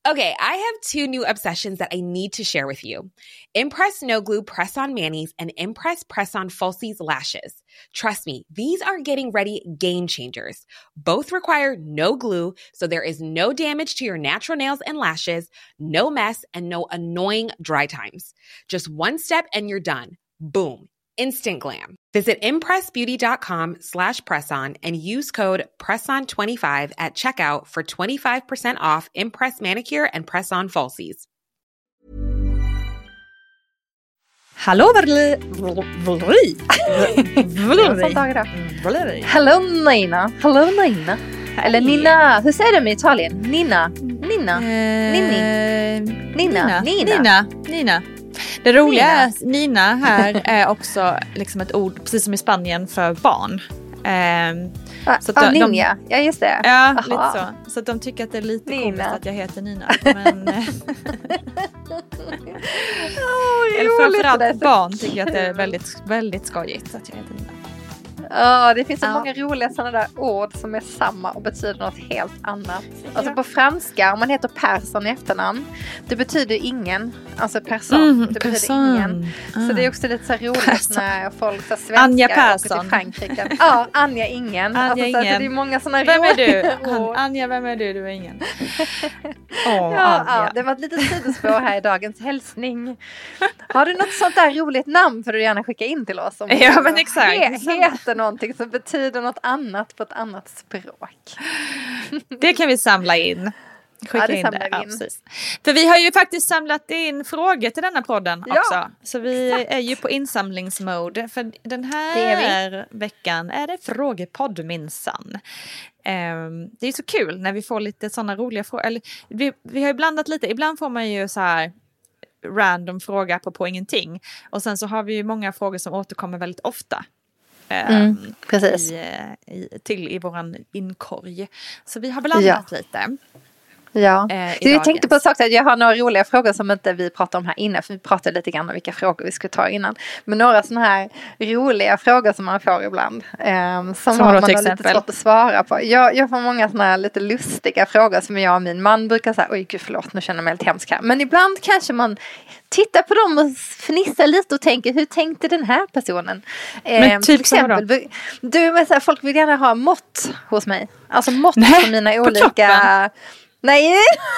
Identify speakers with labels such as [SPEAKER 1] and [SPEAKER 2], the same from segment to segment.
[SPEAKER 1] Okay, I have two new obsessions that I need to share with you. Impress No Glue Press-On Manis and Impress Press-On Falsies Lashes. Trust me, these are getting ready game changers. Both require no glue, so there is no damage to your natural nails and lashes, no mess, and no annoying dry times. Just one step and you're done. Boom. Instant glam. Visit impressbeauty.com/presson and use code PRESSON25 at checkout for 25% off Impress Manicure and Press-On Falsies.
[SPEAKER 2] Hallå Valerie!
[SPEAKER 3] Hello Nina. Hello Nina. Eller Nina. Hur säger de i Italien? Nina.
[SPEAKER 2] Nina. Det roliga är att Nina här är också liksom ett ord, precis som i Spanien, för barn.
[SPEAKER 3] Så att Ninja, ja just det.
[SPEAKER 2] Ja, lite så. Så att de tycker att det är lite komiskt att jag heter Nina. Men eller framförallt barn tycker att det är väldigt, väldigt skojigt att jag heter Nina.
[SPEAKER 3] Ja, det finns så många roliga sådana där ord som är samma och betyder något helt annat. Alltså på franska, om man heter Persson i efternamn, det betyder ingen. Alltså person, det betyder ingen. Så det är också lite så roligt Persson. När folk så svenskar
[SPEAKER 2] Anja Persson.
[SPEAKER 3] åker till Frankrike. Ja, Anja ingen.
[SPEAKER 2] Anja ingen.
[SPEAKER 3] Så det är många sådana
[SPEAKER 2] Vem är
[SPEAKER 3] roliga
[SPEAKER 2] du? Anja, vem är du? Du är ingen.
[SPEAKER 3] Ja, det var ett litet sidospår här i dagens hälsning. Har du något sånt där roligt namn för du gärna skicka in till oss?
[SPEAKER 2] Ja, men exakt.
[SPEAKER 3] Heter någonting som betyder något annat på ett annat språk.
[SPEAKER 2] Det kan vi samla in. Skicka in det. Ja, precis. För vi har ju faktiskt samlat in frågor till denna podden också. Så vi är ju på insamlingsmode. För den här veckan är det frågepodd minsann. Det är så kul när vi får lite sådana roliga frågor. Eller, vi har ju blandat lite. Ibland får man ju så här random fråga på ingenting. Och sen så har vi ju många frågor som återkommer väldigt ofta.
[SPEAKER 3] Precis.
[SPEAKER 2] I våran inkorg. Så vi har blandat lite.
[SPEAKER 3] Ja, så jag tänkte på sak att jag har några roliga frågor som inte vi pratade om här inne, för vi pratade lite grann om vilka frågor vi skulle ta innan. Men några sådana här roliga frågor som man får ibland som man har lite svårt att svara på. Jag får många sådana här lite lustiga frågor som jag och min man brukar säga, oj gud förlåt, nu känner jag mig helt hemsk här. Men ibland kanske man tittar på dem och fnissar lite och tänker, hur tänkte den här personen?
[SPEAKER 2] Men typ
[SPEAKER 3] till exempel, folk vill gärna ha mått hos mig. Alltså mått på mina olika... Nej.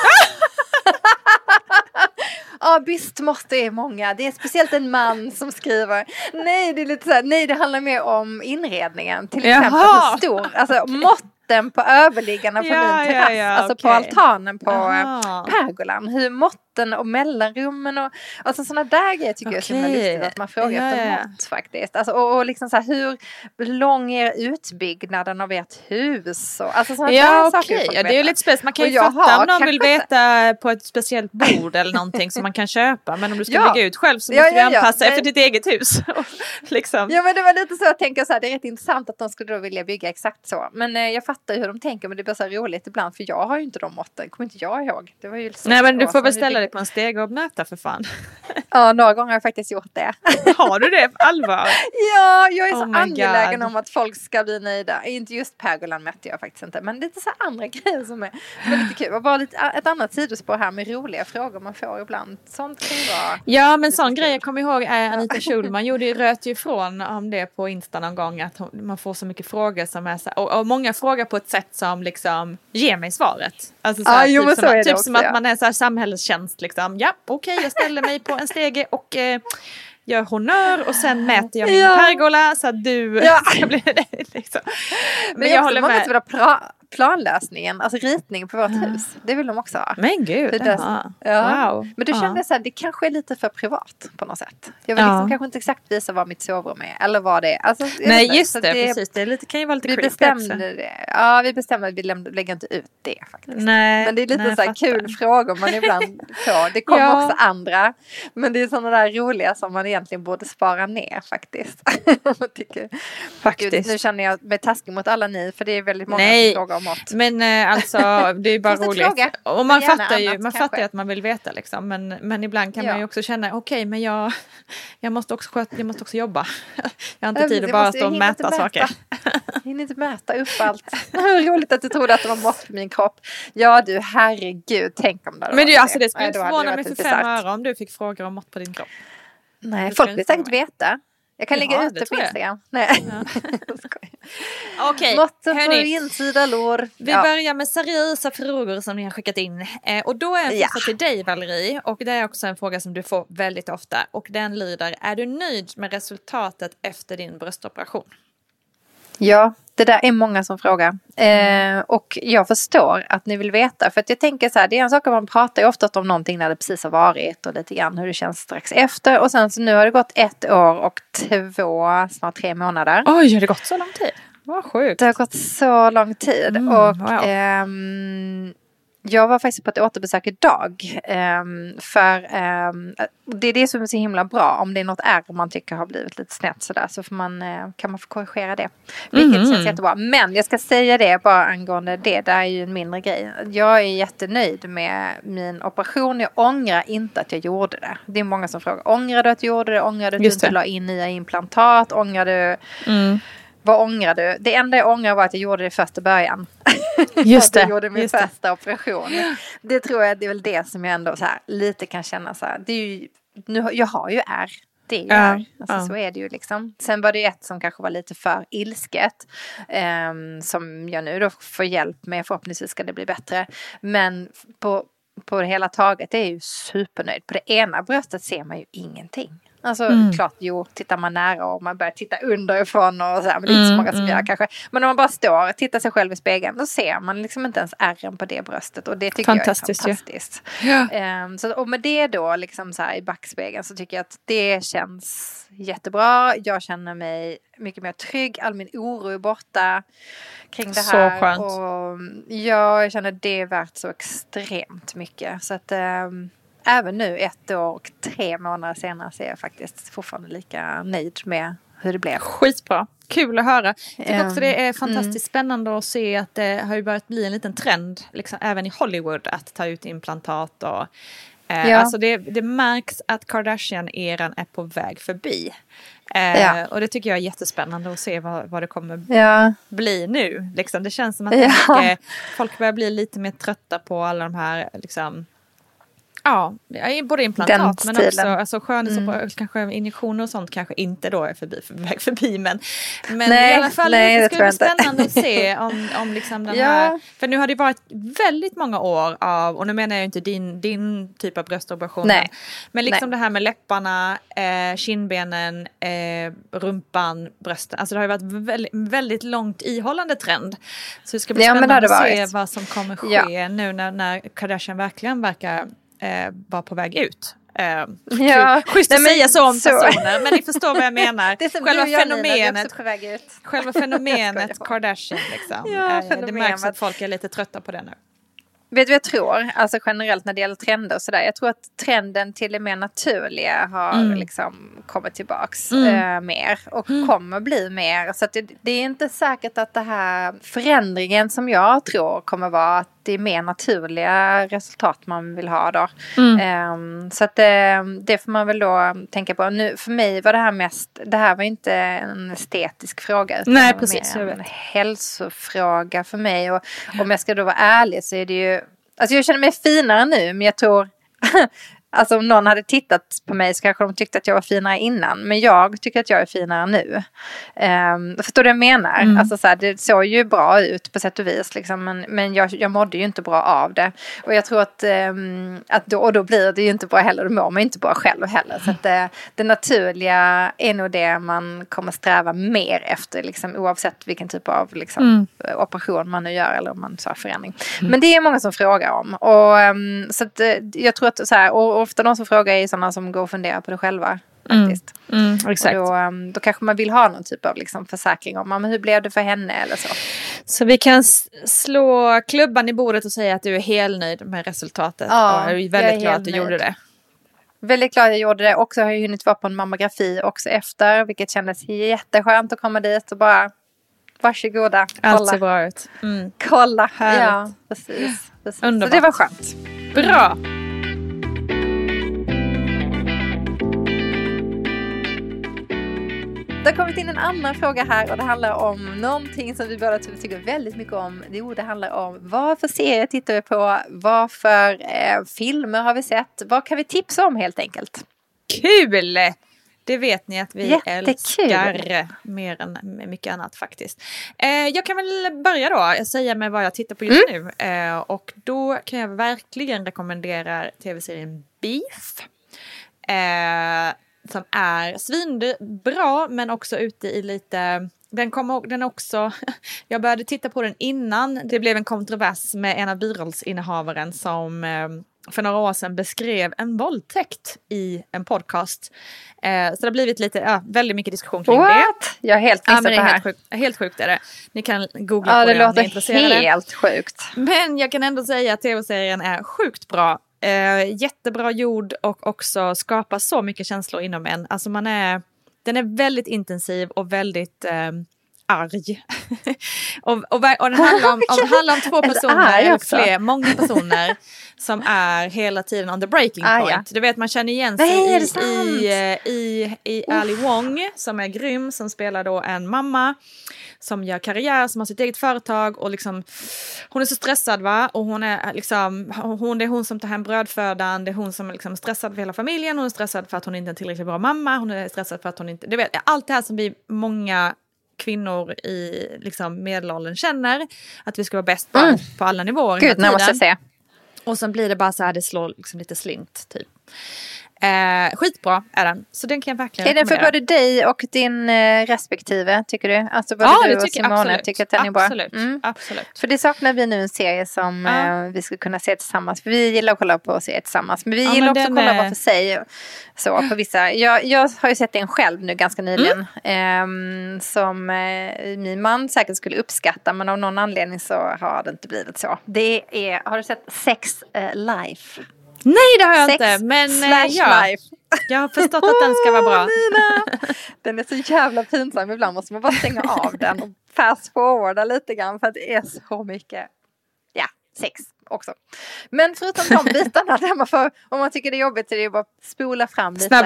[SPEAKER 3] Ja, visst måste det många. Det är speciellt en man som skriver. Nej, det är lite så här, nej, det handlar mer om inredningen. Till exempel hur stor, alltså måtten på överliggarna på min terrass, alltså på altanen på pergolan. Hur måtten och mellanrummen och alltså sådana där grejer tycker jag är så lustigt att man frågar efter mått faktiskt. Alltså, och liksom så här, hur lång är utbyggnaden av ert hus? Och, alltså sådana där saker.
[SPEAKER 2] Ja, det är ju lite speciellt. Man kan ju fatta om någon vill veta på ett speciellt bord eller någonting som man kan köpa. Men om du ska bygga ut själv så måste du anpassa efter ditt eget hus. Liksom.
[SPEAKER 3] Ja, men det var lite så jag tänker så här, det är rätt intressant att de skulle då vilja bygga exakt så. Men jag fattar hur de tänker, men det blir så roligt ibland för jag har ju inte de måtten. Kommer inte jag ihåg. Det var ju
[SPEAKER 2] nej, men du får väl ställa dig på en steg och mäta för fan.
[SPEAKER 3] Ja, några gånger har jag faktiskt gjort det.
[SPEAKER 2] Har du det? Allvar?
[SPEAKER 3] Ja, jag är så angelägen om att folk ska bli nöjda. Inte just pergolan mätte jag faktiskt inte, men lite så andra grejer som är lite kul. Och bara ett annat sidospår här med roliga frågor man får ibland. Sånt kan ju vara...
[SPEAKER 2] Ja, men sån grej jag kommer ihåg är Anita Schulman röt ju ifrån om det på Insta någon gång att man får så mycket frågor som är så här, och många frågar på ett sätt som liksom ger mig svaret. Alltså så här, typ som att man är så här samhällstjänst liksom. Ja, okej, jag ställer mig på en stege och gör honör och sen mäter jag min pergola så att du ska bli liksom.
[SPEAKER 3] Men jag håller med. Många vill planlösningen, alltså ritning på vårt hus. Det vill de också ha.
[SPEAKER 2] Men gud.
[SPEAKER 3] Wow. Men du kände så här, det kanske är lite för privat på något sätt. Jag vill liksom kanske inte exakt visa vad mitt sovrum är eller vad det är. Alltså,
[SPEAKER 2] nej, just det, precis. Det är lite, kan ju vara lite
[SPEAKER 3] vi bestämde det. Ja, vi bestämde att vi lägger inte ut det faktiskt.
[SPEAKER 2] Nej,
[SPEAKER 3] men det är lite så här kul frågor man ibland får. Det kommer också andra. Men det är sådana där roliga som man egentligen borde spara ner faktiskt. Faktiskt. Gud, nu känner jag mig taskig mot alla ni, för det är väldigt många som frågar om mått.
[SPEAKER 2] Men alltså det är bara roligt.
[SPEAKER 3] Fråga?
[SPEAKER 2] Och man fattar ju att man vill veta liksom. Men ibland kan man ju också känna okej, men jag måste också jobba. Jag har inte tid att bara stå och mäta saker.
[SPEAKER 3] Jag hinner inte mäta upp allt. Roligt att du trodde att det var mått på min kropp. Ja du, herregud, tänk om det.
[SPEAKER 2] Men det skulle inte förvåna mig för 5 öre om du fick frågor om mått på din kropp.
[SPEAKER 3] Nej, folk vill säkert veta. Jag kan lägga ut det på Instagram. Nej.
[SPEAKER 2] Okej,
[SPEAKER 3] måtten på insida lår.
[SPEAKER 2] Vi börjar med seriösa frågor som ni har skickat in. Och då är en fråga till dig, Valerie. Och det är också en fråga som du får väldigt ofta. Och den lyder, är du nöjd med resultatet efter din bröstoperation?
[SPEAKER 3] Ja, det där är många som frågar. Och jag förstår att ni vill veta. För att jag tänker så här, det är en sak att man pratar ju ofta om någonting när det precis har varit. Och lite grann hur det känns strax efter. Och sen så nu har det gått 1 år och 2, snart 3 månader.
[SPEAKER 2] Oj, har det gått så lång tid? Vad sjukt.
[SPEAKER 3] Det har gått så lång tid. Och jag var faktiskt på ett återbesök idag. För det är det som är så himla bra. Om det är något ärr man tycker har blivit lite snett sådär, så får kan man få korrigera det. Vilket känns jättebra. Men jag ska säga det bara angående det. Det är ju en mindre grej. Jag är jättenöjd med min operation. Jag ångrar inte att jag gjorde det. Det är många som frågar. Ångrar du att du gjorde det? Ångrar du att du inte la in nya implantat? Ångrar du... Vad ångrar du? Det enda jag ångrar var att jag gjorde det första början.
[SPEAKER 2] Just det.
[SPEAKER 3] Jag gjorde min första operation. Det tror jag, det är väl det som jag ändå så här, lite kan känna så här. Det är ju, jag har ju ärr. Det är ju ärr. Alltså, så är det ju liksom. Sen var det ett som kanske var lite för ilsket. Som jag nu då får hjälp med. Förhoppningsvis ska det bli bättre. Men på det hela taget är jag ju supernöjd. På det ena bröstet ser man ju ingenting. Alltså klart, tittar man nära och man börjar titta underifrån och så här, men det är inte så många som gör kanske. Men om man bara står och tittar sig själv i spegeln, då ser man liksom inte ens ärren på det bröstet, och det tycker jag är fantastiskt. Ja. Och med det då liksom så här i backspegeln, så tycker jag att det känns jättebra. Jag känner mig mycket mer trygg, all min oro är borta kring det här.
[SPEAKER 2] Så skönt.
[SPEAKER 3] Och jag känner att det är värt så extremt mycket. Så att... även nu 1 år och 3 månader senare så är jag faktiskt fortfarande lika nöjd med hur det blev.
[SPEAKER 2] Skitbra. Kul att höra. Jag tycker också det är fantastiskt spännande att se att det har ju börjat bli en liten trend liksom, även i Hollywood att ta ut implantat. Och, alltså det märks att Kardashian-eran är på väg förbi. Och det tycker jag är jättespännande att se vad det kommer bli nu. Liksom, det känns som att folk börjar bli lite mer trötta på alla de här... Liksom, ja, både implantat men också alltså skönhets kanske injektioner och sånt kanske inte då är väg förbi men i alla fall det skulle bli spännande att se om liksom den här, för nu har det varit väldigt många år av, och nu menar jag inte din typ av bröstoperation, men liksom det här med läpparna, kindbenen, rumpan, brösten, alltså det har ju varit väldigt, väldigt långt ihållande trend, så det ska bli spännande att se vad som kommer ske nu när Kardashian verkligen verkar var på väg ut. Schysst att säga så om personer, men ni förstår vad jag menar. Själva fenomenet Kardashian liksom. Det märks att folk är lite trötta på det nu.
[SPEAKER 3] Vet du vad jag tror? Alltså generellt när det gäller trender och sådär. Jag tror att trenden till det mer naturliga har liksom kommit tillbaks mer. Och kommer bli mer. Så att det är inte säkert att det här förändringen som jag tror kommer vara att det är mer naturliga resultat man vill ha då. Så att det får man väl då tänka på. Nu, för mig var det här var inte en estetisk fråga.
[SPEAKER 2] Nej, precis.
[SPEAKER 3] En hälsofråga för mig. Och om jag ska då vara ärlig så är det ju... Alltså jag känner mig finare nu, men jag tror... Alltså om någon hade tittat på mig så kanske de tyckte att jag var finare innan. Men jag tycker att jag är finare nu. Förstår du vad jag menar? Alltså så här, det såg ju bra ut på sätt och vis. Liksom, men jag mådde ju inte bra av det. Och jag tror att då blir det ju inte bra heller. Då mår man ju inte bra själv heller. Så att det naturliga är nog det man kommer sträva mer efter. Liksom, oavsett vilken typ av liksom, operation man nu gör. Eller om man sa förändring. Men det är många som frågar om. Och, så att, jag tror att så här... Och ofta de som frågar är sådana som går och funderar på det själva. Faktiskt.
[SPEAKER 2] Exakt.
[SPEAKER 3] Och då kanske man vill ha någon typ av liksom försäkring om men hur blev det för henne eller så.
[SPEAKER 2] Så vi kan slå klubban i bordet och säga att du är helt nöjd med resultatet.
[SPEAKER 3] Ja,
[SPEAKER 2] och är väldigt glad att du gjorde det.
[SPEAKER 3] Väldigt glad att jag gjorde det. Också har jag hunnit vara på en mammografi också efter. Vilket kändes jätteskönt att komma dit och bara Varsågoda.
[SPEAKER 2] Allt ser bra ut.
[SPEAKER 3] Kolla.
[SPEAKER 2] Härligt.
[SPEAKER 3] Ja, precis.
[SPEAKER 2] Underbart.
[SPEAKER 3] Så det var skönt.
[SPEAKER 2] Bra.
[SPEAKER 3] Det har kommit in en annan fråga här och det handlar om någonting som vi båda tycker väldigt mycket om. Det handlar om vad för serier tittar vi på, vad för filmer har vi sett, vad kan vi tipsa om helt enkelt?
[SPEAKER 2] Kul! Det vet ni att vi älskar mer än mycket annat faktiskt. Jag kan väl börja då. Jag säger med vad jag tittar på just nu. Och då kan jag verkligen rekommendera tv-serien Beef. Som är svinbra men också ute i lite... Den också... Jag började titta på den innan det blev en kontrovers med en av birollsinnehavaren som för några år sedan beskrev en våldtäkt i en podcast. Så det har blivit lite, väldigt mycket diskussion kring det.
[SPEAKER 3] Jag har helt missat det här.
[SPEAKER 2] Helt sjukt är det. Ni kan googla på det om ni är intresserade.
[SPEAKER 3] Ja, det låter helt sjukt.
[SPEAKER 2] Men jag kan ändå säga att tv-serien är sjukt bra. Jättebra gjord och också skapar så mycket känslor inom en. Alltså den är väldigt intensiv och väldigt arg. och den handlar om två personer eller fler, många personer som är hela tiden on the breaking point. Ja. Du vet, man känner igen sig i Ali Wong som är grym, som spelar då en mamma som gör karriär, som har sitt eget företag och liksom, hon är så stressad va, och hon är liksom, det är hon som tar hem brödfödan, det är hon som är liksom stressad för hela familjen, hon är stressad för att hon inte är en tillräckligt bra mamma, hon är stressad för att hon inte, du vet, allt det här som vi många kvinnor i liksom medelåldern känner, att vi ska vara bäst på alla nivåer.
[SPEAKER 3] Gud, när måste jag säga.
[SPEAKER 2] Och sen blir det bara så här, det slår liksom lite slint typ. Skitbra är den. Så den kan jag verkligen rekommendera.
[SPEAKER 3] Är den för både dig och din respektive, tycker du? Alltså både du och Simone tycker att den är bra.
[SPEAKER 2] Absolut.
[SPEAKER 3] För det saknar vi nu en serie som vi skulle kunna se tillsammans. För vi gillar att kolla på serier tillsammans. Men vi gillar också att kolla var för sig. Så på vissa. Jag har ju sett den själv nu ganska nyligen. Som min man säkert skulle uppskatta. Men av någon anledning så har det inte blivit så. Har du sett Sex Life?
[SPEAKER 2] Nej, det har jag inte. Men jag har förstått att den ska vara bra.
[SPEAKER 3] Den är så jävla pinsam. Ibland måste man bara stänga av den och fast forwarda lite grann. För att det är så mycket sex också. Men förutom de bitarna där man får, om man tycker det är jobbigt så är det bara spola fram lite.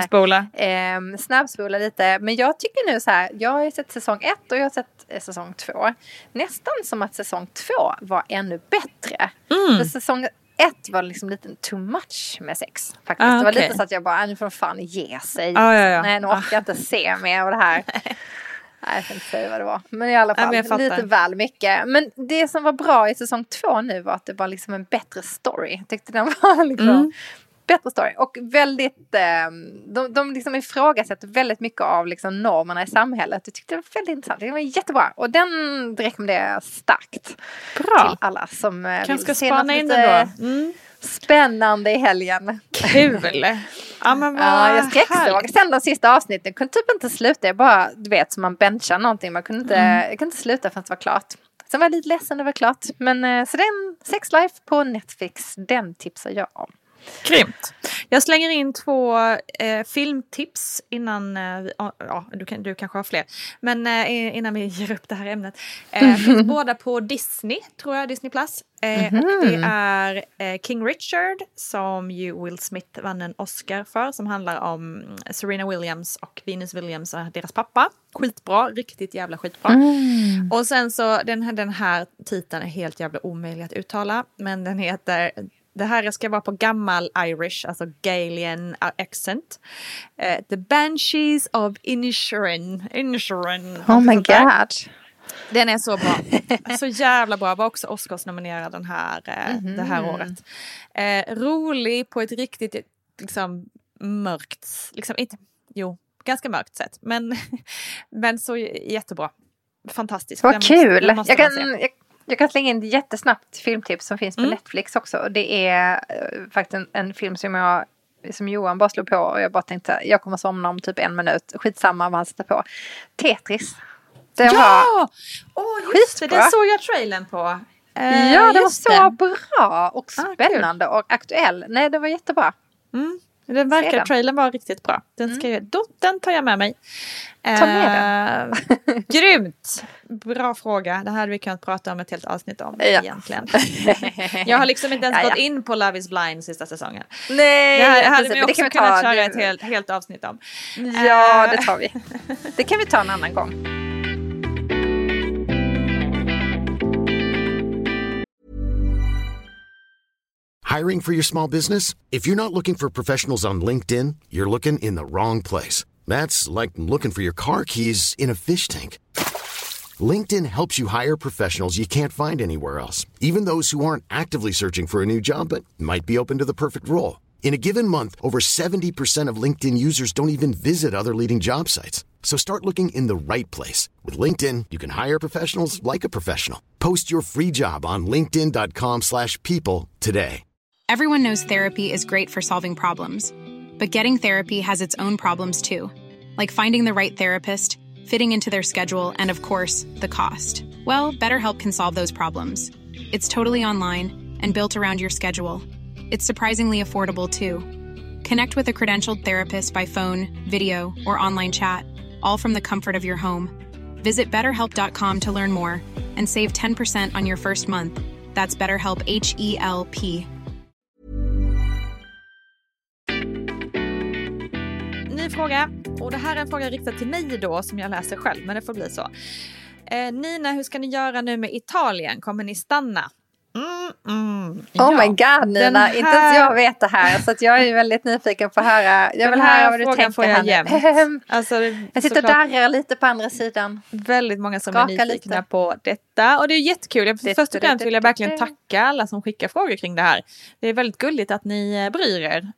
[SPEAKER 3] Snabbspola lite. Men jag tycker nu så här, jag har ju sett säsong 1 och jag har sett säsong 2. Nästan som att säsong 2 var ännu bättre. För säsong 1 var liksom lite too much med sex faktiskt. Det var lite så att jag bara, nu får fan ge sig. Nej, nu orkar jag inte se mer av det här. Nej, jag kan inte säga vad det var. Men i alla fall, lite väl mycket. Men det som var bra i säsong 2 nu var att det var liksom en bättre story. Jag tyckte den var liksom bättre story. Och väldigt, de liksom ifrågasätter väldigt mycket av liksom normerna i samhället. Jag tyckte det var väldigt intressant. Det var jättebra. Och den rekommenderar jag starkt.
[SPEAKER 2] Bra.
[SPEAKER 3] Till alla som
[SPEAKER 2] kanske ska spana in den då.
[SPEAKER 3] Spännande i helgen.
[SPEAKER 2] Kul.
[SPEAKER 3] Jag skräcksåg sen de sista avsnitten. Kunde typ inte sluta. Jag bara, du vet, som man benchar någonting. Man kunde inte sluta förrän det var klart. Sen var jag lite ledsen när det var klart. Men så den Sex Life på Netflix, den tipsar jag om.
[SPEAKER 2] Grymt. Jag slänger in 2 filmtips innan du kanske har fler. Men innan vi ger upp det här ämnet. Finns båda på Disney, tror jag, Disney Plus. Och det är King Richard som ju Will Smith vann en Oscar för, som handlar om Serena Williams och Venus Williams och deras pappa. Skitbra, riktigt jävla skitbra. Och sen så den här titeln är helt jävla omöjlig att uttala, men den heter, det här ska vara på gammal Irish, alltså Gaelian accent. The Banshees of Inisherin.
[SPEAKER 3] Oh my god.
[SPEAKER 2] Den är så bra. Så jävla bra. Var också Oscars-nominerad det här året. Rolig på ett riktigt liksom mörkt, liksom inte, ganska mörkt sätt. Men så jättebra. Fantastiskt.
[SPEAKER 3] Vad kul. Jag kan slänga in jättesnabbt filmtips som finns på Netflix också. Det är faktiskt en film som Johan bara slog på och jag bara tänkte, jag kommer somna om typ 1 minut. Skitsamma vad han sätter på. Tetris. Den var
[SPEAKER 2] skitbra. Det såg jag trailern på.
[SPEAKER 3] Ja, det var så bra och spännande och aktuell. Nej, det var jättebra.
[SPEAKER 2] Den verkar trailern var riktigt bra. Den tar jag med mig.
[SPEAKER 3] Ta med den.
[SPEAKER 2] Grymt! Bra fråga. Det här hade vi kunnat prata om ett helt avsnitt om egentligen. Jag har liksom inte ens gått in på Love is Blind sista säsongen.
[SPEAKER 3] Nej,
[SPEAKER 2] det hade vi också kunnat köra ett helt avsnitt om.
[SPEAKER 3] Ja, det tar vi. Det kan vi ta en annan gång.
[SPEAKER 4] Hiring for your small business? If you're not looking for professionals on LinkedIn, you're looking in the wrong place. That's like looking for your car keys in a fish tank. LinkedIn helps you hire professionals you can't find anywhere else, even those who aren't actively searching for a new job but might be open to the perfect role. In a given month, over 70% of LinkedIn users don't even visit other leading job sites. So start looking in the right place. With LinkedIn, you can hire professionals like a professional. Post your free job on linkedin.com/people today.
[SPEAKER 5] Everyone knows therapy is great for solving problems. But getting therapy has its own problems too. Like finding the right therapist, fitting into their schedule, and of course, the cost. Well, BetterHelp can solve those problems. It's totally online and built around your schedule. It's surprisingly affordable too. Connect with a credentialed therapist by phone, video, or online chat, all from the comfort of your home. Visit BetterHelp.com to learn more and save 10% on your first month. That's BetterHelp, H-E-L-P.
[SPEAKER 2] Ny fråga, och det här är en fråga riktad till mig då som jag läser själv, men det får bli så. Nina, hur ska ni göra nu med Italien? Kommer ni stanna?
[SPEAKER 3] Oh my god, Nina, här... inte ens jag vet det här, så att jag är väldigt nyfiken på att höra. Jag vill höra vad du tänker här.
[SPEAKER 2] Alltså,
[SPEAKER 3] jag sitter och darrar lite på andra sidan.
[SPEAKER 2] Väldigt många som är nyfikna lite på detta, och det är jättekul. Först och främst vill jag verkligen tacka alla som skickar frågor kring det här. Det är väldigt gulligt att ni bryr er.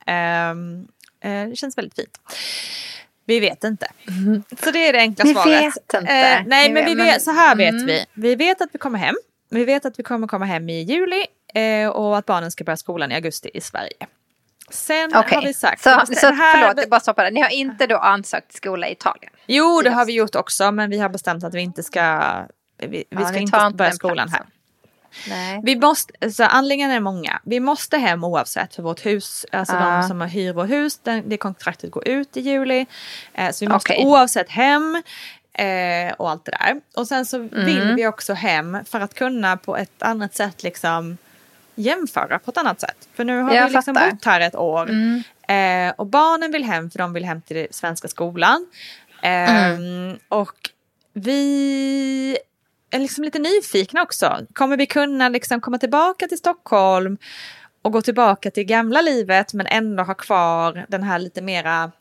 [SPEAKER 2] Det känns väldigt fint. Vi vet inte. Så det är det enkla svaret.
[SPEAKER 3] Vi vet inte.
[SPEAKER 2] Nej, men vi vet, så här vet vi. Vi vet att vi kommer hem. Vi vet att vi kommer komma hem i juli och att barnen ska börja skolan i augusti i Sverige. Sen har vi sagt...
[SPEAKER 3] Så förlåt, jag bara stoppar det. Ni har inte då ansökt skola i Italien?
[SPEAKER 2] Jo, det har vi gjort också, men vi har bestämt att vi inte ska... Vi ska inte börja skolan här.
[SPEAKER 3] Nej.
[SPEAKER 2] Vi måste, så anledningen är många. Vi måste hem oavsett för vårt hus. Alltså de som hyr vårt hus, det kontraktet går ut i juli. Så vi måste oavsett hem och allt det där. Och sen så vill vi också hem för att kunna på ett annat sätt liksom jämföra på ett annat sätt. För nu har vi liksom bott här ett år. Och barnen vill hem för de vill hem till den svenska skolan. Och vi är liksom lite nyfikna också. Kommer vi kunna liksom komma tillbaka till Stockholm och gå tillbaka till gamla livet men ändå ha kvar den här lite mera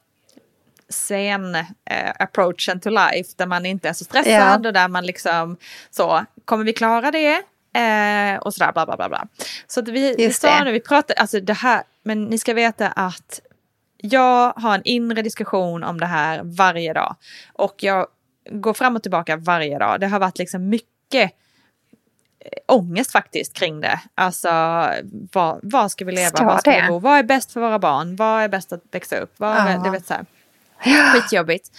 [SPEAKER 2] sen approachen to life där man inte är så stressad och där man liksom så, kommer vi klara det? Och sådär bla bla bla bla. Så att vi sa nu, vi pratade, alltså det här, men ni ska veta att jag har en inre diskussion om det här varje dag. Och jag går fram och tillbaka varje dag. Det har varit liksom mycket ångest faktiskt kring det. Alltså, vad ska vi leva? Vad ska vi bo? Vad är bäst för våra barn? Vad är bäst att växa upp? Det vet så här. Skitjobbigt.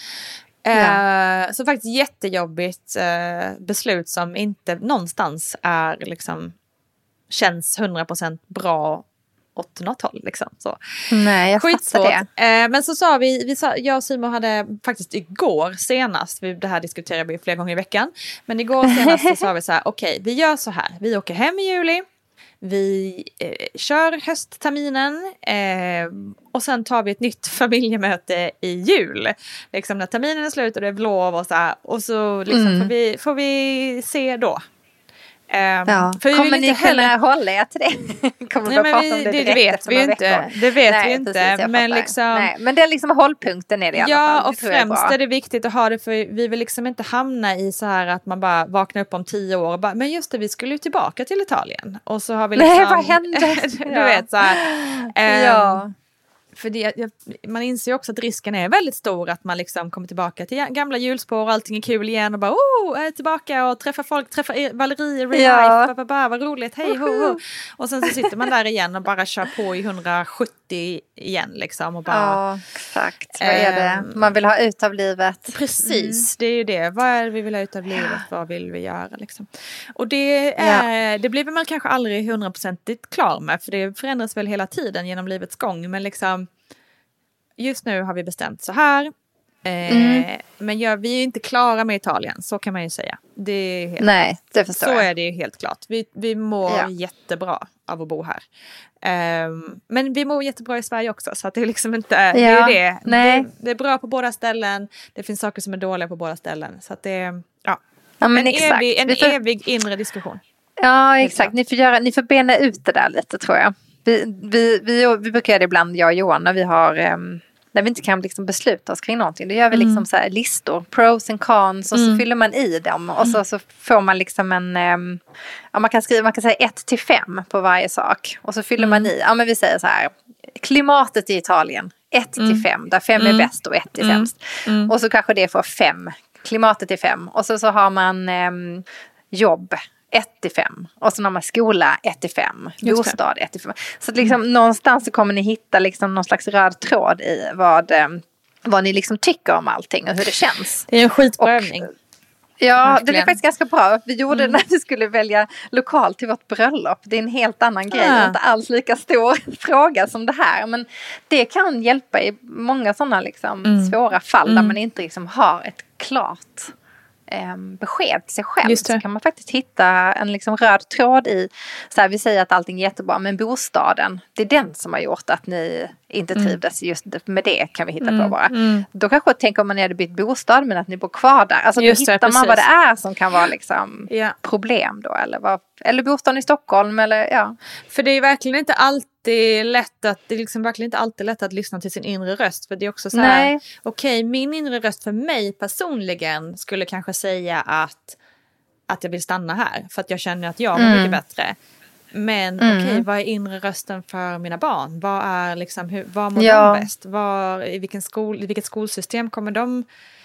[SPEAKER 2] Så faktiskt jättejobbigt beslut som inte någonstans är liksom känns 100% bra åt något håll liksom. Så.
[SPEAKER 3] Nej, jag fattar det.
[SPEAKER 2] Men så sa vi sa, jag och Simon hade faktiskt igår senast, det här diskuterar vi flera gånger i veckan, men igår senast så sa vi så här, okej, vi gör så här, vi åker hem i juli, vi kör höstterminen och sen tar vi ett nytt familjemöte i jul. Liksom när terminen är slut och det är lov och så liksom får vi se då.
[SPEAKER 3] För kommer ni kunna hålla er till det? Kommer vi prata om det
[SPEAKER 2] vet vi inte. Det vet vi inte. Men, liksom,
[SPEAKER 3] men det är liksom hållpunkten är det i alla fall.
[SPEAKER 2] Ja, och främst är det viktigt att ha det, för vi vill liksom inte hamna i så här att man bara vaknar upp om 10 år och bara, men just det, vi skulle ju tillbaka till Italien. Och så har vi liksom...
[SPEAKER 3] Nej, vad hände?
[SPEAKER 2] Du vet så här. För man inser ju också att risken är väldigt stor att man liksom kommer tillbaka till gamla hjulspår och allting är kul igen och bara jag är tillbaka och träffa folk, träffa Valerie, real life, vad roligt, hej ho. Och sen så sitter man där igen och bara kör på i 170 igen liksom och bara...
[SPEAKER 3] Ja, exakt. Vad är det man vill ha ut av livet?
[SPEAKER 2] Precis, det är ju det. Vad är det vi vill ha ut av livet? Vad vill vi göra liksom? Och det blir man kanske aldrig 100% klar med, för det förändras väl hela tiden genom livets gång, men liksom just nu har vi bestämt så här. Men vi är ju inte klara med Italien, så kan man ju säga. Det är helt
[SPEAKER 3] Nej, det förstår
[SPEAKER 2] så
[SPEAKER 3] jag.
[SPEAKER 2] är det ju helt klart. Vi mår jättebra av att bo här. Men vi mår jättebra i Sverige också, så att det är liksom inte det är det.
[SPEAKER 3] Nej.
[SPEAKER 2] Det är bra på båda ställen. Det finns saker som är dåliga på båda ställen, så att det är
[SPEAKER 3] men
[SPEAKER 2] en evig inre diskussion.
[SPEAKER 3] Ja, exakt. Ni får bena ut det där lite, tror jag. Vi brukar göra det ibland, jag och Johan, när vi har när vi inte kan liksom besluta oss kring någonting. Då gör vi liksom så här listor, pros and cons, och så fyller man i dem. Och så får man liksom man kan säga 1-5 på varje sak. Och så fyller man i, men vi säger så här, klimatet i Italien, 1-5, där 5 är bäst och 1 är sämst. Och så kanske det får 5, klimatet är 5. Och så har man jobb, 1-5. Och så har man skola 1-5. Bostad 1-5. Så liksom, någonstans så kommer ni hitta liksom någon slags röd tråd i vad ni liksom tycker om allting och hur det känns.
[SPEAKER 2] Det är en skitprövning.
[SPEAKER 3] Ja, det är faktiskt ganska bra. Vi gjorde det när vi skulle välja lokal till vårt bröllop. Det är en helt annan grej. Det är inte alls lika stor fråga som det här. Men det kan hjälpa i många sådana liksom svåra fall där man inte liksom har ett klart besked till sig själv. Så kan man faktiskt hitta en liksom röd tråd i, så här, vi säger att allting är jättebra, men bostaden, det är den som har gjort att ni inte trivdes just med det, kan vi hitta på bara. Då kanske tänker man att ni hade bytt bostad, men att ni bor kvar där. Alltså då hittar man vad det är som kan vara liksom problem då, eller bostaden i Stockholm, eller
[SPEAKER 2] För det är verkligen inte alltid lätt att lyssna till sin inre röst, för det är också så här, okej, min inre röst för mig personligen skulle kanske säga att jag vill stanna här för att jag känner att jag mår mycket bättre. Men okej, vad är inre rösten för mina barn? Vad är liksom, vad mår de bäst? I vilket skolsystem kommer de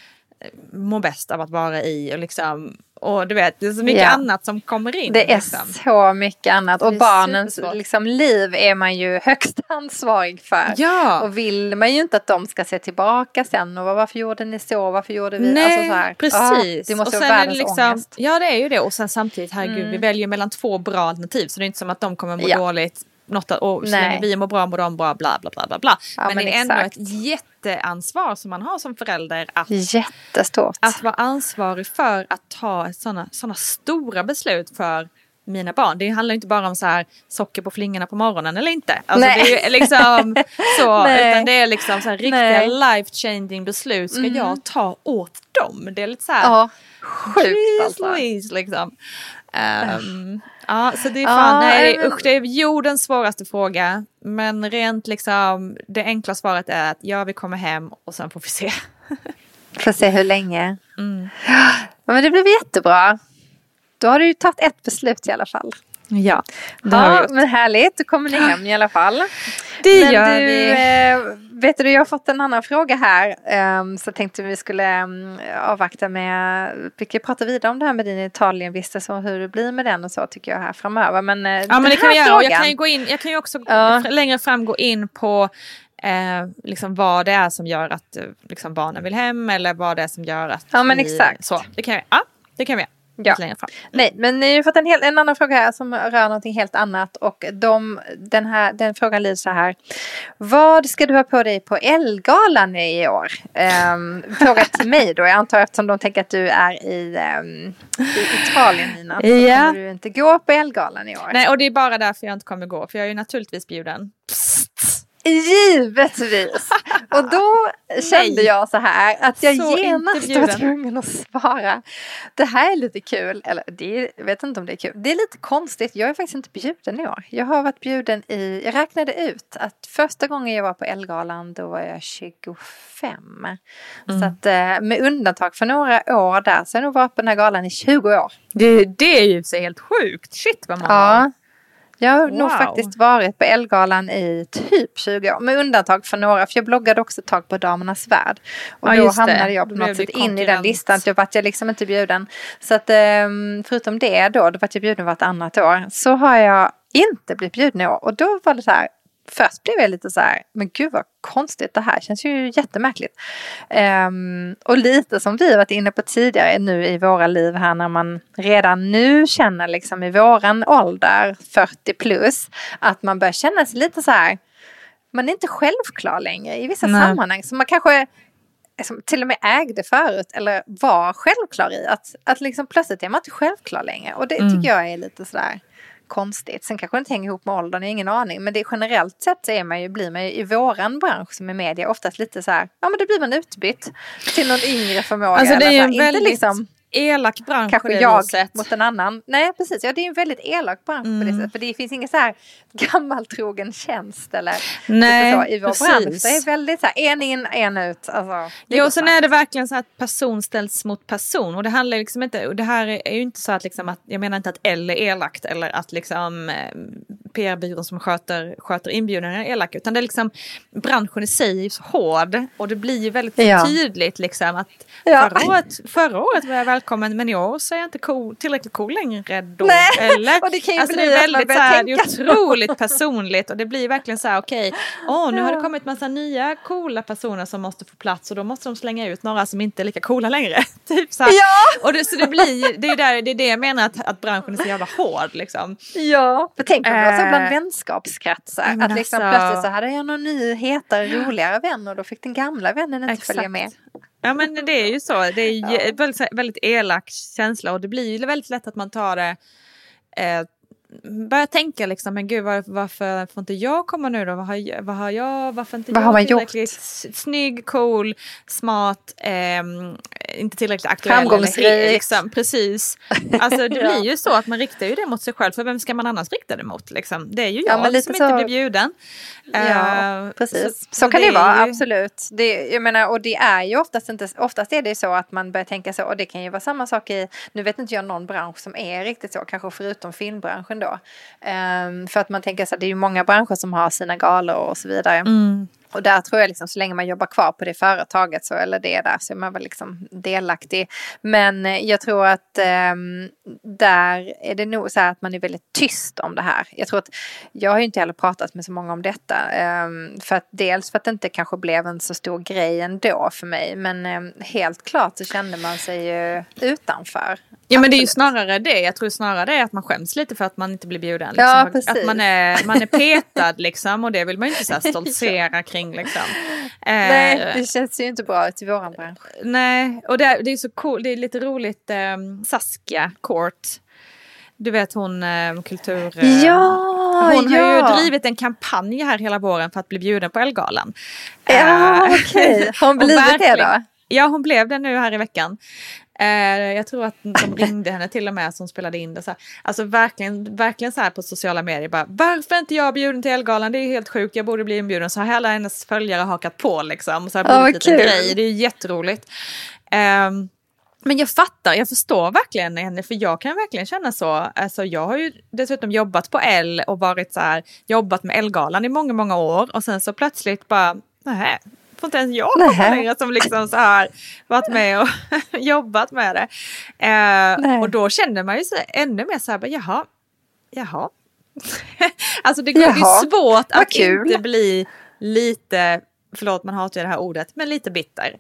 [SPEAKER 2] må bäst av att vara i? Och liksom, och du vet, det är så mycket annat som kommer in.
[SPEAKER 3] Det är
[SPEAKER 2] liksom
[SPEAKER 3] så mycket annat. Och barnens liksom, liv är man ju högst ansvarig för. Ja. Och vill man ju inte att de ska se tillbaka sen. Och varför gjorde ni så? Varför gjorde vi?
[SPEAKER 2] Nej,
[SPEAKER 3] alltså, så här,
[SPEAKER 2] precis.
[SPEAKER 3] Det måste vara världens ångest.
[SPEAKER 2] Ja, det är ju det. Och sen samtidigt, herregud, vi väljer mellan 2 bra alternativ. Så det är inte som att de kommer må dåligt. Så länge vi mår bra, mår de bra, bla bla bla bla bla. Men det är ändå ett jätteansvar som man har som förälder
[SPEAKER 3] jättestort.
[SPEAKER 2] Att vara ansvarig för att ta såna stora beslut för mina barn. Det handlar inte bara om så här socker på flingorna på morgonen eller inte. Alltså det är liksom så, utan det är liksom så här riktiga life changing beslut ska jag ta åt dem. Det är lite så här
[SPEAKER 3] sjukt alltså.
[SPEAKER 2] Liksom. Så det är fan, det är jordens svåraste fråga. Men rent liksom, det enkla svaret är att vi kommer hem och sen får vi se.
[SPEAKER 3] Får se hur länge. Men det blev jättebra. Då har du ju tagit ett beslut i alla fall.
[SPEAKER 2] Ja,
[SPEAKER 3] men härligt. Då kommer ni hem i alla fall.
[SPEAKER 2] Det gör vi.
[SPEAKER 3] Vet du, jag har fått en annan fråga här. Så tänkte vi skulle avvakta med. Vi kan prata vidare om det här med din Italienvistelse och hur det blir med den och så, tycker jag, här framöver. Men det kan vi göra.
[SPEAKER 2] Jag kan ju också längre fram gå in på liksom vad det är som gör att liksom barnen vill hem, eller vad det är som gör att
[SPEAKER 3] exakt.
[SPEAKER 2] Så, det kan vi göra.
[SPEAKER 3] Ja. Nej, men ni har fått en annan fråga här som rör någonting helt annat, och den frågan lyder så här: vad ska du ha på dig på Ellegalan i år? Fråga till mig då, jag antar, eftersom de tänker att du är i Italien, Nina, så kommer du inte gå på Ellegalan i år.
[SPEAKER 2] Nej, och det är bara därför jag inte kommer gå, för jag är ju naturligtvis bjuden.
[SPEAKER 3] Givetvis. Och då kände jag så här att jag genast var tvungen att svara. Det här är lite kul. Eller jag vet inte om det är kul. Det är lite konstigt. Jag är faktiskt inte bjuden i år. Jag har varit bjuden jag räknade ut att första gången jag var på Ellegalan, då var jag 25. Så att med undantag för några år där, så har jag nog varit på den här galan i 20 år.
[SPEAKER 2] Det är ju så helt sjukt. Shit vad man har.
[SPEAKER 3] Jag har nog faktiskt varit på Ellegalan i typ 20 år. Med undantag för några. För jag bloggade också ett tag på Damernas Värld. Och då hamnade jag på något sätt in i den listan. Då var jag liksom inte bjuden. Så att förutom det då var jag bjuden vartannat år. Så har jag inte blivit bjuden i år. Och då var det så här. Först blev jag lite så här, men gud vad konstigt, det här känns ju jättemärkligt. Och lite som vi varit inne på tidigare nu i våra liv här, när man redan nu känner liksom i våran ålder, 40 plus, att man börjar känna sig lite så här, man är inte självklar längre i vissa sammanhang. Så man kanske som till och med ägde förut eller var självklar i att liksom plötsligt är man inte självklar längre. Och det tycker jag är lite sådär konstigt. Sen kanske det inte hänger ihop med åldern, jag har ingen aning. Men det är generellt sett så blir man ju i våran bransch som är media oftast lite så här, ja men då blir man utbytt till någon yngre förmåga.
[SPEAKER 2] Alltså det är ju en
[SPEAKER 3] inte
[SPEAKER 2] väldigt
[SPEAKER 3] liksom
[SPEAKER 2] elak bransch
[SPEAKER 3] kanske
[SPEAKER 2] på det
[SPEAKER 3] jag
[SPEAKER 2] viset.
[SPEAKER 3] Mot en annan. Nej precis, ja det är en väldigt elak bransch på det sättet. För det finns ingen så här gammaltrogen tjänst eller så i vår bransch. Det är väldigt så här, en in, en ut. Alltså,
[SPEAKER 2] jo, sen är det verkligen så att person ställs mot person. Och det handlar liksom inte, och det här är ju inte så att liksom att, jag menar inte att L är elakt eller att liksom PR-byrån som sköter inbjudningar är elak, utan det är liksom branschen i sig är så hård och det blir ju väldigt tydligt liksom att förra året var jag välkommen, men i år så är jag inte tillräckligt cool längre då.
[SPEAKER 3] Nej,
[SPEAKER 2] eller,
[SPEAKER 3] och det kan ju
[SPEAKER 2] alltså
[SPEAKER 3] bli
[SPEAKER 2] det är väldigt så här, det är
[SPEAKER 3] tänka.
[SPEAKER 2] otroligt personligt och det blir verkligen så här, okej, nu har det kommit massa nya coola personer som måste få plats och då måste de slänga ut några som inte är lika coola längre. Typ så här. Och så det blir, det är det jag menar att branschen är så jävla hård liksom.
[SPEAKER 3] Ja, för tänk om det var så bland vänskapskretsar att liksom plötsligt så hade jag någon ny hetare, roligare vän och då fick den gamla vännen inte följa med.
[SPEAKER 2] Ja men det är ju så, det är ju väldigt, väldigt elak känsla och det blir ju väldigt lätt att man tar det börjar tänka liksom, men gud varför får inte jag komma nu då? Varför inte jag tillräckligt snygg, cool, smart, inte tillräckligt aktuell.
[SPEAKER 3] Framgångsrik.
[SPEAKER 2] Liksom, precis. Alltså det blir ju så att man riktar ju det mot sig själv, för vem ska man annars rikta det mot? Liksom? Det är ju jag som inte blir bjuden.
[SPEAKER 3] Ja, precis. Så kan det vara, absolut. Jag menar, och det är ju oftast är det så att man börjar tänka så, och det kan ju vara samma sak nu vet inte jag någon bransch som är riktigt så, kanske förutom filmbranschen då. För att man tänker så att det är ju många branscher som har sina galor och så vidare. Och där tror jag liksom så länge man jobbar kvar på det företaget så, eller det där, så är man väl liksom delaktig. Men jag tror att där är det nog så här att man är väldigt tyst om det här. Jag har ju inte heller pratat med så många om detta. För att dels för att det inte kanske blev en så stor grej ändå för mig. Men helt klart så kände man sig ju utanför.
[SPEAKER 2] Ja, men det är ju snarare det. Jag tror snarare det är att man skäms lite för att man inte blir bjuden. Liksom.
[SPEAKER 3] Ja, precis.
[SPEAKER 2] Att man är petad liksom, och det vill man ju inte så här stoltsera kring. Liksom.
[SPEAKER 3] Nej, det känns ju inte bra ut i våran bransch.
[SPEAKER 2] Nej, och det är så cool. Det är lite roligt. Saskia Court. Du vet hon kultur... hon har ju drivit en kampanj här hela våren för att bli bjuden på Ellegalan.
[SPEAKER 3] Ja, okej. Har hon blivit det då?
[SPEAKER 2] Ja, hon blev det nu här i veckan. Jag tror att de ringde henne till och med som spelade in det så här. Alltså verkligen så här på sociala medier bara, varför inte jag bjuden till Ellegalan? Det är helt sjukt, jag borde bli inbjuden. Så har hela hennes följare hakat på liksom, och så har blivit lite grej. Det är jätteroligt. Men jag förstår verkligen henne, för jag kan verkligen känna så. Alltså jag har ju dessutom jobbat på L och varit så här, jobbat med Ellegalan i många, många år, och sen så plötsligt bara, nej, får inte ens jag längre som liksom så här varit med och jobbat med det. Och då kände man ju så ännu mer så här, jaha. Alltså det är svårt att inte bli lite, förlåt man hatar ju det här ordet, men lite bitter.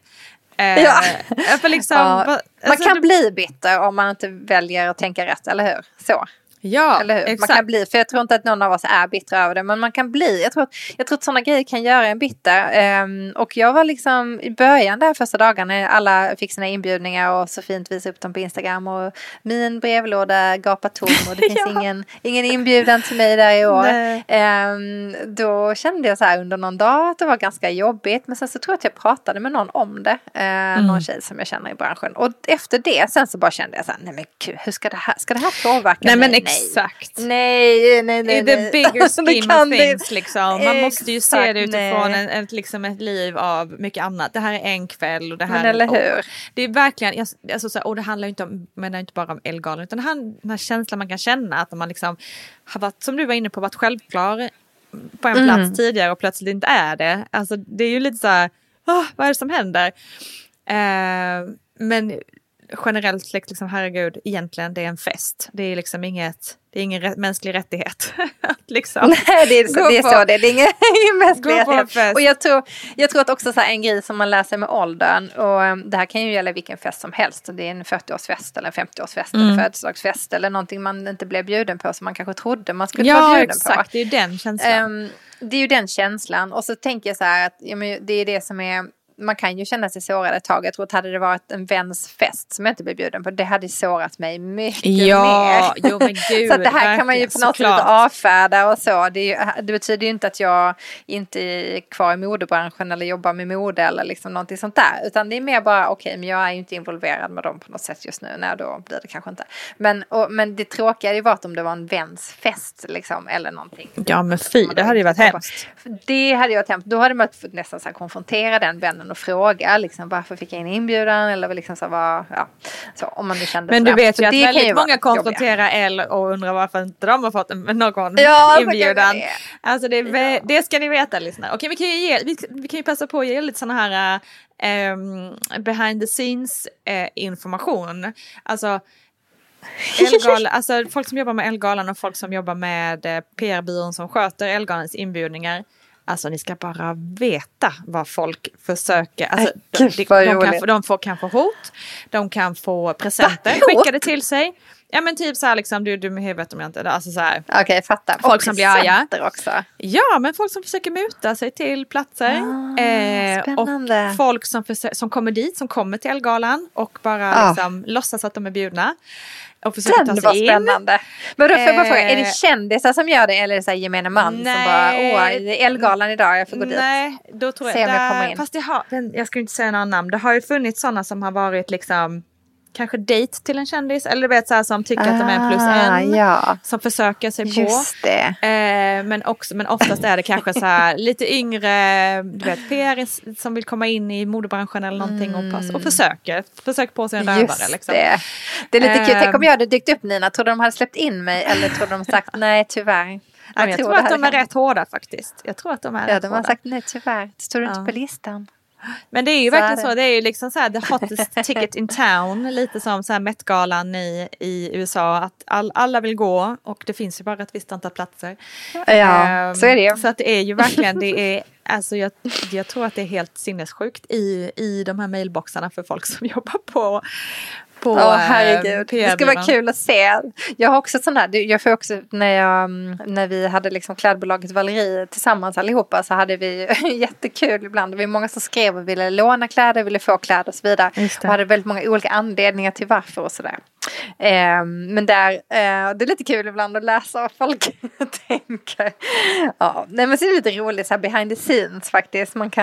[SPEAKER 2] För liksom,
[SPEAKER 3] man kan bli bitter om man inte väljer att tänka rätt, eller hur? Så.
[SPEAKER 2] Ja,
[SPEAKER 3] eller hur?
[SPEAKER 2] Exakt.
[SPEAKER 3] Man kan bli, för jag tror inte att någon av oss är bittra över det, men man kan bli, jag tror att sådana grejer kan göra en bitter. Och jag var liksom i början där första dagarna när alla fick sina inbjudningar och så fint visade upp dem på Instagram, och min brevlåda gapar tom och det finns ingen inbjudan till mig där i år. Då kände jag så här under någon dag att det var ganska jobbigt, men sen så tror jag att jag pratade med någon om det, någon tjej som jag känner i branschen, och efter det sen så bara kände jag så här, nej men gud, hur ska det här påverka mig?
[SPEAKER 2] Exakt.
[SPEAKER 3] Nej.
[SPEAKER 2] I the bigger scheme of things liksom. Man måste ju se det utifrån ett liv av mycket annat. Det här är en kväll och det här.
[SPEAKER 3] Men eller hur?
[SPEAKER 2] Det är verkligen, alltså, och det handlar ju inte bara om Ellegalan, utan den här känslan man kan känna att man liksom har varit, som du var inne på, varit självklar på en plats tidigare och plötsligt inte är det. Alltså det är ju lite så här, vad är det som händer? Men generellt liksom, herregud, egentligen det är en fest. Det är liksom det är ingen mänsklig rättighet. liksom.
[SPEAKER 3] Nej, det är så. Det är ingen mänsklig rättighet. Och jag tror att också så här, en grej som man lär sig med åldern, och det här kan ju gälla vilken fest som helst. Det är en 40-årsfest eller en 50-årsfest eller en födelsedagsfest eller någonting man inte blev bjuden på som man kanske trodde man skulle vara bjuden
[SPEAKER 2] exakt,
[SPEAKER 3] på.
[SPEAKER 2] Det är ju den känslan.
[SPEAKER 3] Det är ju den känslan. Och så tänker jag så här att det är det som är... Man kan ju känna sig sårad ett tag. Jag tror att hade det varit en väns fest som jag inte blev bjuden på, det hade sårat mig mycket mer.
[SPEAKER 2] Jo, men gud,
[SPEAKER 3] så att det här kan man ju på något sätt avfärda och så. Det betyder ju inte att jag inte är kvar i modebranschen eller jobbar med mode eller liksom någonting sånt där. Utan det är mer bara, okej, men jag är ju inte involverad med dem på något sätt just nu. Nej, då blir det kanske inte. Men det tråkiga hade ju varit om det var en väns fest liksom, eller någonting.
[SPEAKER 2] Ja, men fy, det hade ju varit hemskt.
[SPEAKER 3] Det hade ju varit hemskt. Då hade man fått nästan så här konfrontera den vännen och fråga liksom, varför fick jag en inbjudan eller liksom så så om man nu kände.
[SPEAKER 2] Men du vet ju att väldigt många
[SPEAKER 3] konfronterar
[SPEAKER 2] L och undrar varför inte de har fått någon inbjudan. Alltså det ska ni veta, lyssna. Okej, vi kan ju passa på att ge lite såna här behind the scenes information. Alltså Ellegalan, alltså folk som jobbar med Ellegalan och folk som jobbar med PR-byrån som sköter Ellegalans inbjudningar. Alltså ni ska bara veta vad folk försöker. Alltså, de kan få hot. De kan få presenter skickade till sig. Ja, men typ så här liksom, du med huvudet om jag inte... Alltså så här.
[SPEAKER 3] Okej, fattar.
[SPEAKER 2] Folk som blir arga.
[SPEAKER 3] Också.
[SPEAKER 2] Ja, men folk som försöker muta sig till platser.
[SPEAKER 3] Spännande.
[SPEAKER 2] Och folk som kommer dit, som kommer till Ellegalan och bara liksom låtsas att de är bjudna. Och försöker ta sig in.
[SPEAKER 3] Spännande. Men då får jag bara fråga, är det kändisar som gör det eller är det så här gemene man som bara, det är Ellegalan idag, jag får gå dit.
[SPEAKER 2] Nej, då tror jag, fast jag ska inte säga någon namn. Det har ju funnits sådana som har varit liksom kanske dejt till en kändis eller du vet så här, som tycker att de är en +1 som försöker sig
[SPEAKER 3] just på
[SPEAKER 2] det. Men oftast är det kanske så här lite yngre, du vet, PR som vill komma in i modebranschen eller någonting och försöker på sig en rövare liksom.
[SPEAKER 3] Det är lite kul. Tänk om jag hade dykt upp, Nina, tror de hade släppt in mig eller tror de sagt nej tyvärr.
[SPEAKER 2] Jag tror att de är rätt hårda faktiskt. Jag tror att de är rätt
[SPEAKER 3] de har sagt nej tyvärr. Det står inte på listan.
[SPEAKER 2] Men det är ju verkligen så, det är ju liksom så här the hottest ticket in town, lite som så här Met-galan i USA, att alla vill gå och det finns ju bara ett visst antal platser.
[SPEAKER 3] Ja, så är det.
[SPEAKER 2] Så att det är ju verkligen, alltså jag tror att det är helt sinnessjukt i de här mailboxarna för folk som jobbar på
[SPEAKER 3] herregud. Det ska vara kul att se. Jag har också sån här, jag får också när vi hade liksom klädbolaget Valerie tillsammans allihopa, så hade vi jättekul ibland. Det var många som skrev och ville låna kläder, ville få kläder och så vidare. Och hade väldigt många olika anledningar till varför och sådär. Men det är lite kul ibland att läsa vad folk tänker. Ja, nej, men så är det lite roligt så här behind the scenes faktiskt. Man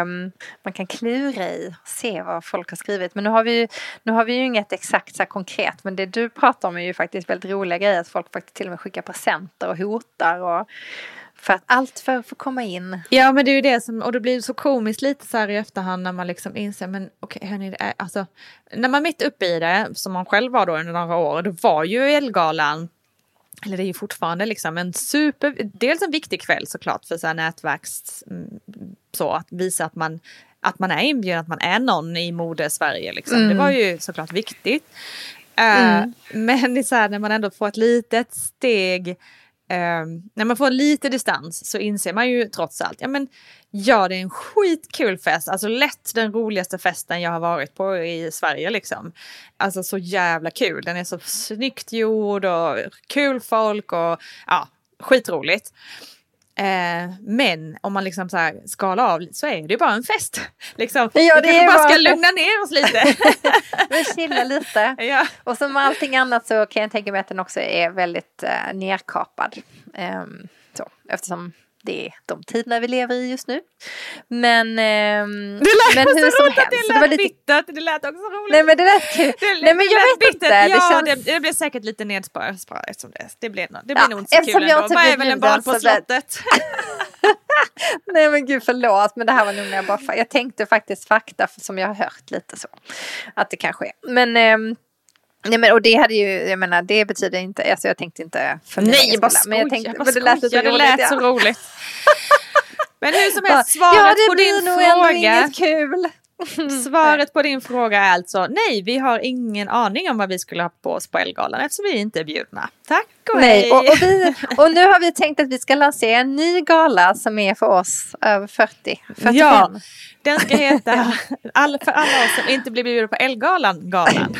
[SPEAKER 3] kan klura i och se vad folk har skrivit. Men nu har vi ju inget exakt så här konkret, men det du pratar om är ju faktiskt väldigt roliga grejer, att folk faktiskt till och med skickar presenter och hotar och för att få komma in.
[SPEAKER 2] Ja, men det är ju det som, och det blir så komiskt lite så här i efterhand när man liksom inser, men okej, hörni, alltså när man mitt uppe i det, som man själv var då under några år, då var ju Ellegalan, eller det är ju fortfarande liksom dels en viktig kväll såklart för så här nätverks, så att visa att man är inbjuden, att man är någon i mode Sverige liksom. Det var ju såklart viktigt. Men så här, när man ändå får ett litet steg, när man får lite distans, så inser man ju trots allt, det är en skitkul fest, alltså lätt den roligaste festen jag har varit på i Sverige liksom. Alltså så jävla kul, den är så snyggt gjord och kul folk och skitroligt. Men om man liksom så här skalar av, så är det ju bara en fest liksom.
[SPEAKER 3] Ja,
[SPEAKER 2] vi bara ska lugna ner oss lite.
[SPEAKER 3] Vi chillar lite. Ja. Och som med allting annat så kan jag tänka mig att den också är väldigt nerkapad. Eftersom det är de tiderna vi lever i just nu. Men
[SPEAKER 2] det lät hur som helst. Det var lite bittert. Det lät också roligt.
[SPEAKER 3] Nej, men det lät kul. Nej, men jag vet inte.
[SPEAKER 2] Ja, det blev säkert lite nedsparat eftersom det blir nog inte så kul ändå. Vad är väl en barn på slottet?
[SPEAKER 3] Nej, men gud, förlåt. Men det här var nog när jag tänkte faktiskt fakta som jag har hört lite så. Att det kanske är. Men nej, men och det hade ju, jag menar, det betyder inte, alltså jag tänkte inte
[SPEAKER 2] men jag tänkte, det lät så roligt. Men hur som helst, svaret på din fråga.
[SPEAKER 3] Inget kul.
[SPEAKER 2] Svaret på din fråga är alltså nej, vi har ingen aning om vad vi skulle ha på oss på Ellegalan eftersom vi inte är bjudna. Tack och hej!
[SPEAKER 3] Och nu har vi tänkt att vi ska lansera en ny gala som är för oss över 45.
[SPEAKER 2] Ja, den ska heta för alla oss som inte blir bjudna på Ellegalan.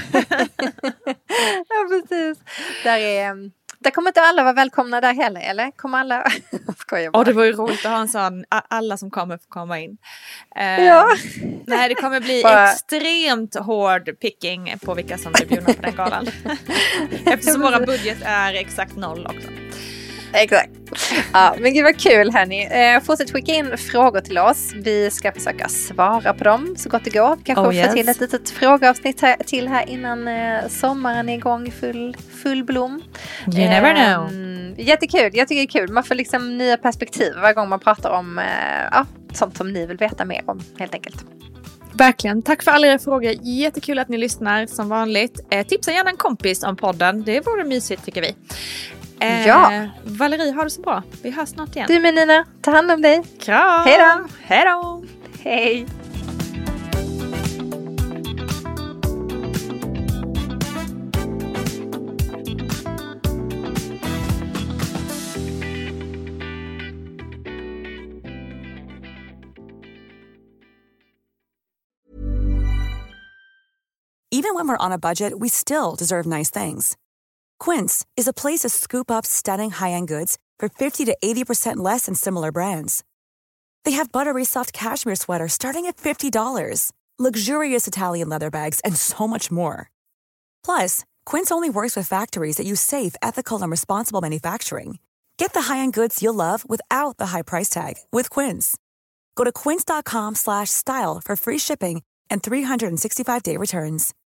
[SPEAKER 3] Ja, precis. Där kommer inte alla vara välkomna där heller, eller? Kommer alla?
[SPEAKER 2] Det var ju roligt att ha en sån, alla som kommer får komma in.
[SPEAKER 3] Ja.
[SPEAKER 2] Nej, det kommer bli extremt hård picking på vilka som blir bjudna på den galan. Eftersom våra budget är exakt 0 också.
[SPEAKER 3] Exakt. Ja, men gud vad kul hörni. Fortsätt skicka in frågor till oss. Vi ska försöka svara på dem så gott det går. Kanske få till ett litet frågeavsnitt till här innan sommaren är igång full blom.
[SPEAKER 2] You never know.
[SPEAKER 3] Jättekul. Jag tycker det är kul. Man får liksom nya perspektiv varje gång man pratar om sånt som ni vill veta mer om helt enkelt.
[SPEAKER 2] Verkligen. Tack för alla era frågor. Jättekul att ni lyssnar som vanligt. Tipsa gärna en kompis om podden. Det vore mysigt tycker vi. Valerie, har det så bra. Vi hörs snart igen.
[SPEAKER 3] Du med Nina, ta hand om dig.
[SPEAKER 2] Kram.
[SPEAKER 3] Hej då.
[SPEAKER 2] Hej då.
[SPEAKER 3] Hej.
[SPEAKER 6] Even when we're on a budget, we still deserve nice things. Quince is a place to scoop up stunning high-end goods for 50 to 80% less than similar brands. They have buttery soft cashmere sweaters starting at $50, luxurious Italian leather bags, and so much more. Plus, Quince only works with factories that use safe, ethical, and responsible manufacturing. Get the high-end goods you'll love without the high price tag with Quince. Go to quince.com/style for free shipping and 365-day returns.